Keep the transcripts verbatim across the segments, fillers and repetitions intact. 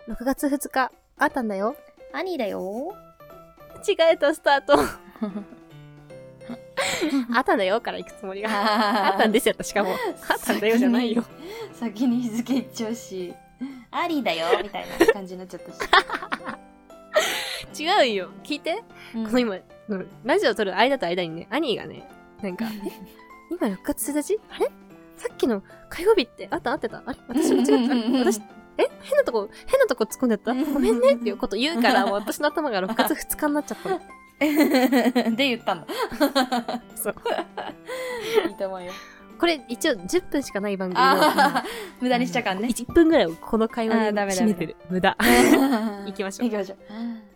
ろくがつふつかあったんだよ。 兄だよ。 違えたスタート。あったんだよから行くつもりが。あったんですよ、しかも。あったんだよじゃないよ。 先に日付いっちゃうし、アリーだよみたいな感じになっちゃったし。 違うよ。聞いて、 うん、 この今、ラジオ撮る間と間にね、兄がね、なんか、え今ろくがつついたちあれさっきの火曜日ってあった合ってたあれ私間違ってた私、え変なとこ、変なとこ突っ込んでったごめんねっていうこと言うから、もう私の頭がろくがつふつかになっちゃったの。 で言ったんだ。 そう。 いいと思うよ。 これ一応じゅっぷんしかない番組のの無駄にしたかんね。 いっぷんぐらいをこの会話で締めてる。無駄。行きましょう。 行きましょう。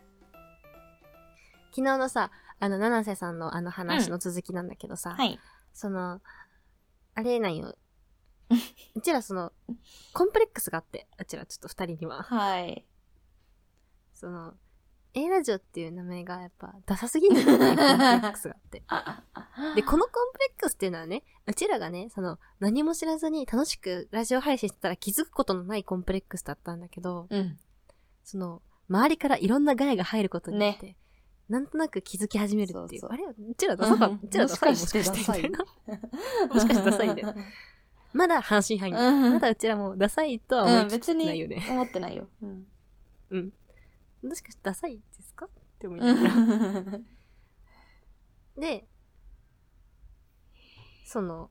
昨日のさ、あの、七瀬さんのあの話の続きなんだけどさ、 うん、はい。 その、あれなんよ。うちらその、コンプレックスがあって、うちらちょっと二人には。 はい。 その、A ラジオっていう名前がやっぱダサすぎるんだよね、コンプレックスがあって。で、このコンプレックスっていうのはね、うちらがね、その、何も知らずに楽しくラジオ配信してたら気づくことのないコンプレックスだったんだけど、 うん、 その、周りからいろんなガヤが入ることによって、ね、なんとなく気づき始めるっていう。そうそう、あれうちらダサか、うちらダサいもしかしてダサい。もしかしてダサいんだよ。まだ半信半疑。うん、まだうちらもダサいとは思いつつないよね。 うん、別に思ってないよ。うん。 うん。もしかしてダサいですかって思いながら。で、その、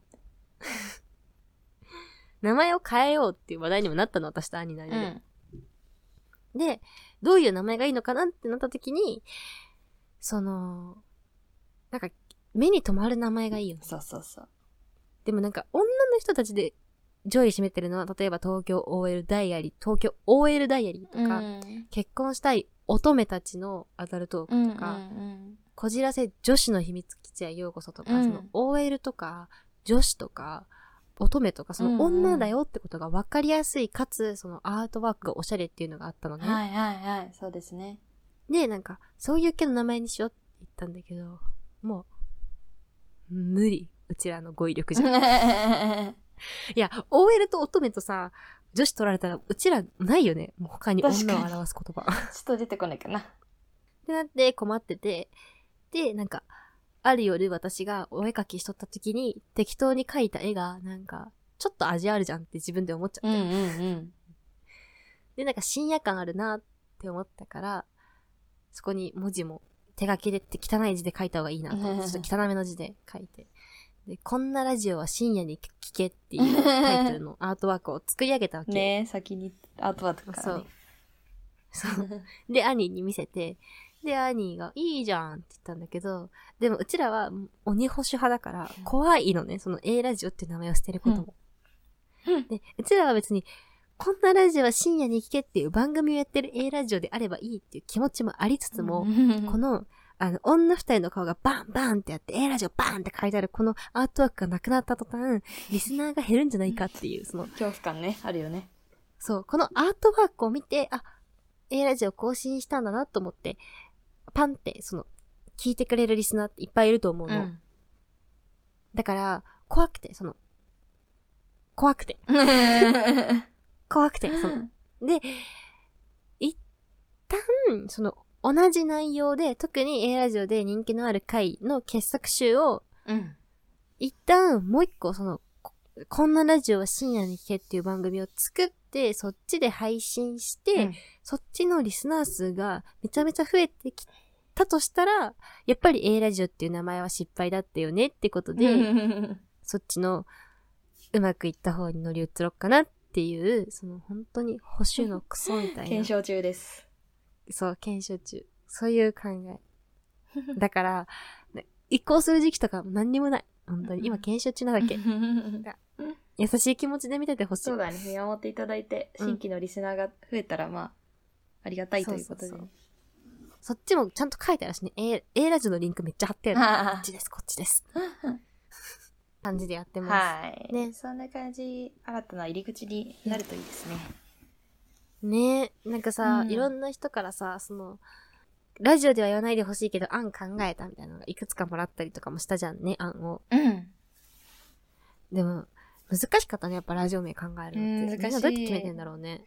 名前を変えようっていう話題にもなったの、私と兄の間で、うん。で、どういう名前がいいのかなってなった時に、その、なんか、目に留まる名前がいいよね。 そうそうそう。 でもなんか、女の人たちで上位占めてるのは、例えば東京 オーエル ダイアリー、東京 オーエル ダイアリーとか、うん、結婚したい乙女たちのアダルトークとか、うんうんうん、こじらせ女子の秘密基地へようこそとか、うん、その オーエル とか、女子とか、乙女とか、その女だよってことが分かりやすい、かつ、そのアートワークがおしゃれっていうのがあったのね。 はいはいはい、そうですね。 で、なんか、そういう系の名前にしようって言ったんだけど、もう、無理。うちらの語彙力じゃん。いや、オーエル と乙女とさ、女子取られたら、うちらないよね。もう他に女を表す言葉。 ちょっと出てこないかな。 ってなって困ってて、で、なんか、ある夜私がお絵描きしとった時に、適当に描いた絵が、なんか、ちょっと味あるじゃんって自分で思っちゃって。 うんうんうん、 で、なんか深夜感あるなって思ったから、そこに文字も手書きでって汚い字で書いた方がいいなと思って、ちょっと汚めの字で書いて。で、こんなラジオは深夜に聞けっていうタイトルのアートワークを作り上げたわけ。 ねえ、先にアートワークからね。 そう。そう。で、兄に見せて、で、兄が、いいじゃんって言ったんだけど、でもうちらは鬼保守派だから、怖いのね、その A ラジオっていう名前を捨てることも。うん、で、うちらは別に、こんなラジオは深夜に聞けっていう番組をやってる A ラジオであればいいっていう気持ちもありつつも、この、あの、女二人の顔がバンバンってやって、A ラジオバンって書いてあるこのアートワークがなくなった途端、リスナーが減るんじゃないかっていう、その、 恐怖感ね、あるよね。 そう、このアートワークを見て、あ、A ラジオ更新したんだなと思って、パンって、その、聞いてくれるリスナーっていっぱいいると思うの。うん、だから、怖くて、その、怖くて。怖くて、その、で、一旦、その、同じ内容で、特に A ラジオで人気のある回の傑作集を、うん、一旦、もう一個、そのこ、こんなラジオは深夜に聞けっていう番組を作って、そっちで配信して、うん、そっちのリスナー数がめちゃめちゃ増えてきたとしたら、やっぱり A ラジオっていう名前は失敗だったよねってことで、そっちのうまくいった方に乗り移ろっかなっていう、その本当に保守のクソみたいな。 検証中です。そう、 検証中。そういう考え。だから、移行する時期とか何にもない。本当に。今検証中なだけ。優しい気持ちで見ててほしい。 そうだね。見守っていただいて、新規のリスナーが増えたら、まあ、ありがたいということで。そうそうそう、 そっちもちゃんと書いてあるしね。A, A ラジオのリンクめっちゃ貼ってある。こっちです、こっちです。感じでやってます。 はい。ね。そんな感じ、新たな入り口になるといいですね。 ねえ、なんかさ、うん、いろんな人からさ、その、ラジオでは言わないでほしいけど、案考えたみたいなのがいくつかもらったりとかもしたじゃんね、案を。うん。でも、難しかったね、やっぱラジオ名考えるのって。難しい。みんなどうやって決めてんだろうね。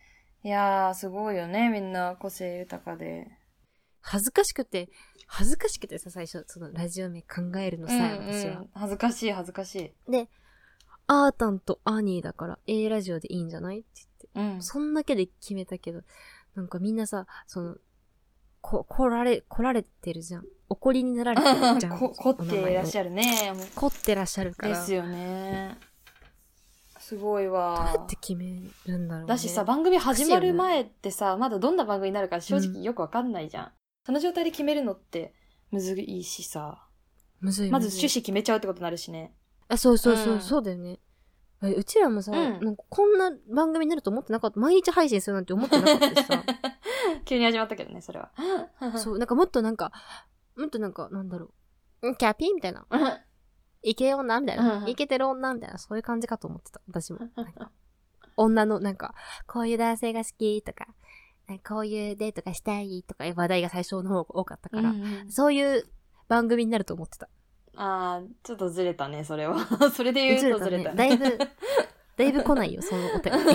いやー、すごいよね。みんな個性豊かで。 恥ずかしくて、恥ずかしくてさ、最初、そのラジオ名考えるのさ、 うんうん、 私は。 恥ずかしい、恥ずかしい。 で、アータンとアニーだから A ラジオでいいんじゃないって言って。うん。そんだけで決めたけど、なんかみんなさ、その、こ、来られ、来られてるじゃん。怒りになられてるじゃん。 こ、凝っていらっしゃるね。 凝ってらっしゃるから。 ですよね。すごいわ。 どうやって決めるんだろうね。 だしさ、番組始まる前ってさ、まだどんな番組になるか正直よくわかんないじゃん。うん、その状態で決めるのってむずいしさ。 むずい。 まず趣旨決めちゃうってことになるしね。 あ、そうそうそう、うん、そうだよね。うちらもさ、うん、なんかこんな番組になると思ってなかった。毎日配信するなんて思ってなかったしさ。 急に始まったけどね、それは。 そう、なんかもっとなんか、もっとなんか、なんだろう。キャピーみたいな。イケ女みたいな。イケてる女みたいな。そういう感じかと思ってた。私も。女のなんか、こういう男性が好きとか、こういうデートがしたいとかいう話題が最初の方が多かったから、うんうん、そういう番組になると思ってた。 あー、ちょっとずれたね、それは。それで言うとずれたね。 だいぶ、だいぶ来ないよ、そのお手紙。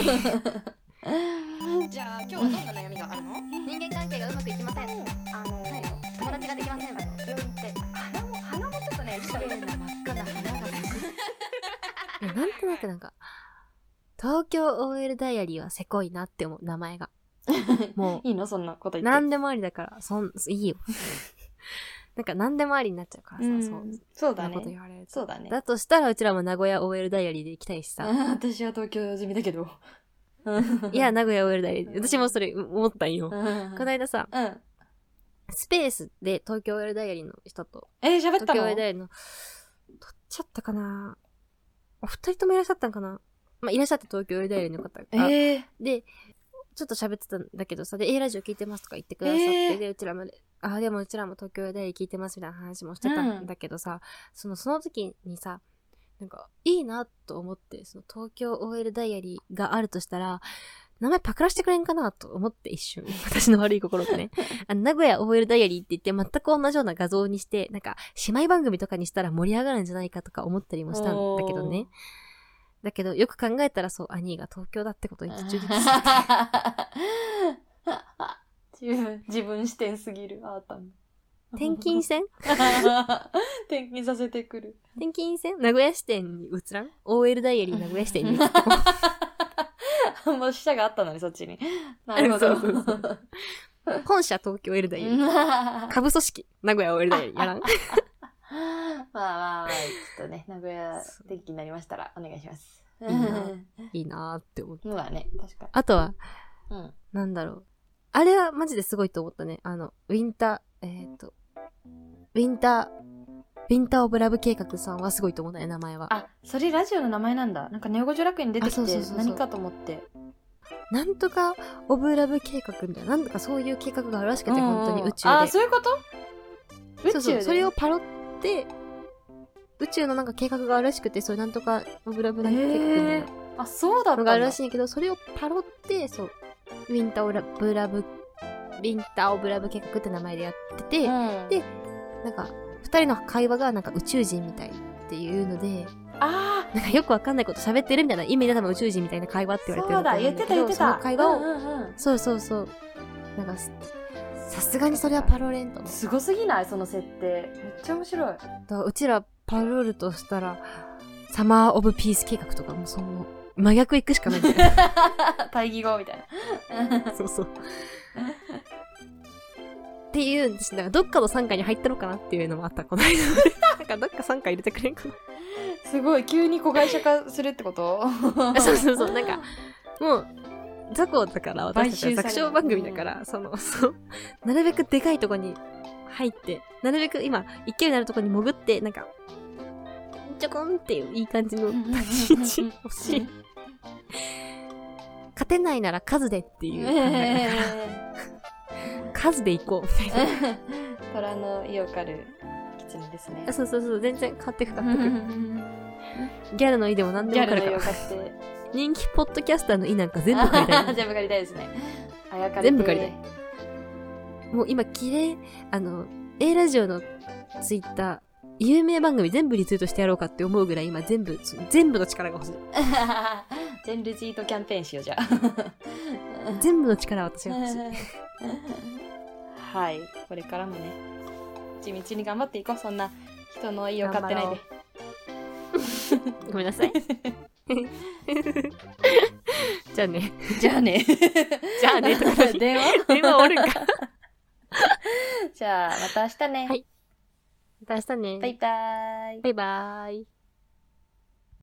じゃあ今日はどんな悩みがあるの？人間関係がうまくいきません。あの、はい、友達ができません。病院って鼻も鼻もちょっとね、綺麗な真っ赤な鼻が咲く。 なんとなくなんか東京 オーエル ダイアリーはせこいなって思う、名前が。もういいのそんなこと言って。 何でもありだから、そんいいよ。なんか何でもありになっちゃうからさ、 うん、 そうそうだね。 そんなこと言われると。 そうだね。 だとしたらうちらも名古屋 オーエル ダイアリーで行きたいしさ。 私は東京済みだけど。 いや、名古屋 オーエル ダイアリーで。私もそれ思ったんよ。この間さ、 うん、 スペースで東京 オーエル ダイアリーの人と。 えー、喋ったの？ 東京 オーエル ダイアリーの、どっちゃったかな？お二人ともいらっしゃったんかな？まあ、いらっしゃって東京 オーエル ダイアリーの方が。 えー、 で、ちょっと喋ってたんだけどさ、で、A ラジオ聞いてますとか言ってくださって、えー、で、うちらも、あ、でもうちらも東京 オーエル ダイアリー聞いてますみたいな話もしてたんだけどさ、うん、その、その時にさ、なんか、いいなと思って、その東京 オーエル ダイアリーがあるとしたら、名前パクらしてくれんかなと思って一瞬。私の悪い心がね。あの、名古屋 オーエル ダイアリーって言って全く同じような画像にして、なんか、姉妹番組とかにしたら盛り上がるんじゃないかとか思ったりもしたんだけどね。だけど、よく考えたらそう、兄が東京だってことに途中で気づいて。自分、自分視点すぎる、あーたん。 転勤線転勤させてくる。 転勤線名古屋支店に移らん ?オーエル ダイアリー名古屋支店に移ってこもう支社があったのに、そっちに。なるほど。そうそうそう本社東京 オーエル ダイアリー。下部組織名古屋 オーエル ダイアリーやらんまあまあまあ、ちょっとね、名古屋転勤になりましたらお願いします。 いいな、いいなーって思って。 まあね、確かに。 あとは、 うん、 なんだろう。あれはマジですごいと思ったね。あの、ウィンター、えっと、ウィンター、ウィンターオブラブ計画さんはすごいと思ったね、名前は。 あ、それラジオの名前なんだ。なんかネオ五条楽園に出てきて何かと思って。 なんとかオブラブ計画みたいな、なんとかそういう計画があるらしくて、うんうん、本当に宇宙で。 あ、そういうこと？宇宙で？ そうそう、それをパロって、宇宙のなんか計画があるらしくて、そういうなんとかオブラブ計画みたいな。 あ、そうだったんだ。 のがあるらしいんだけど、それをパロって、そう、ウィンターオブラブ、ウィンターオブラブ計画って名前でやってて、うん、で、なんか、二人の会話がなんか宇宙人みたいっていうので、 ああ、なんかよくわかんないこと喋ってるみたいな意味で多分宇宙人みたいな会話って言われてるんだけど、 そうだ、言ってた言ってた。 その会話を、 うんうんうん、 そうそうそう。なんか、さすがにそれはパロれんと思う。 すごすぎないその設定。めっちゃ面白い。 だうちらパロるとしたら、サマーオブピース計画とかもその、真逆行くしかないみたいな。 対義語みたいな。 そうそう。っていう、私、なんかどっかの傘下に入ったのかなっていうのもあった、この間。なんかどっか傘下入れてくれんかな。 すごい、急に子会社化するってこと？ そうそうそう、なんか、もう、雑魚だから、私たちは作唱番組だから、その、そう、なるべくでかいとこに入って、なるべく今、勢いのあるとこに潜って、なんか、ちょこんっていういい感じの立ち位置欲しい。勝てないなら数でっていう考えだから、数で行こうみたいな。 虎の意を狩る狐ですね。 そうそうそう、全然買ってく買ってく。ギャルの意でも何でも狩るから。 ギャルの意を買って。 人気ポッドキャスターの意なんか全部借りたい。 全部借りたいですね。あやかれて全部借りたい。もう今、綺麗、あの、A ラジオのツイッター、有名番組全部リツイートしてやろうかって思うぐらい今全部、全部の力が欲しい。 全リツイートキャンペーンしようじゃあ。 全部の力は私が欲しい。 はい。これからもね、地道に頑張っていこう。そんな人の意を買ってないで。 ごめんなさい。じゃあね。 じゃあね。 じゃあね。 電話電話おるんか。 じゃあ、また明日ね。 はい。また明日ね。 バイバーイ。 バイバーイ。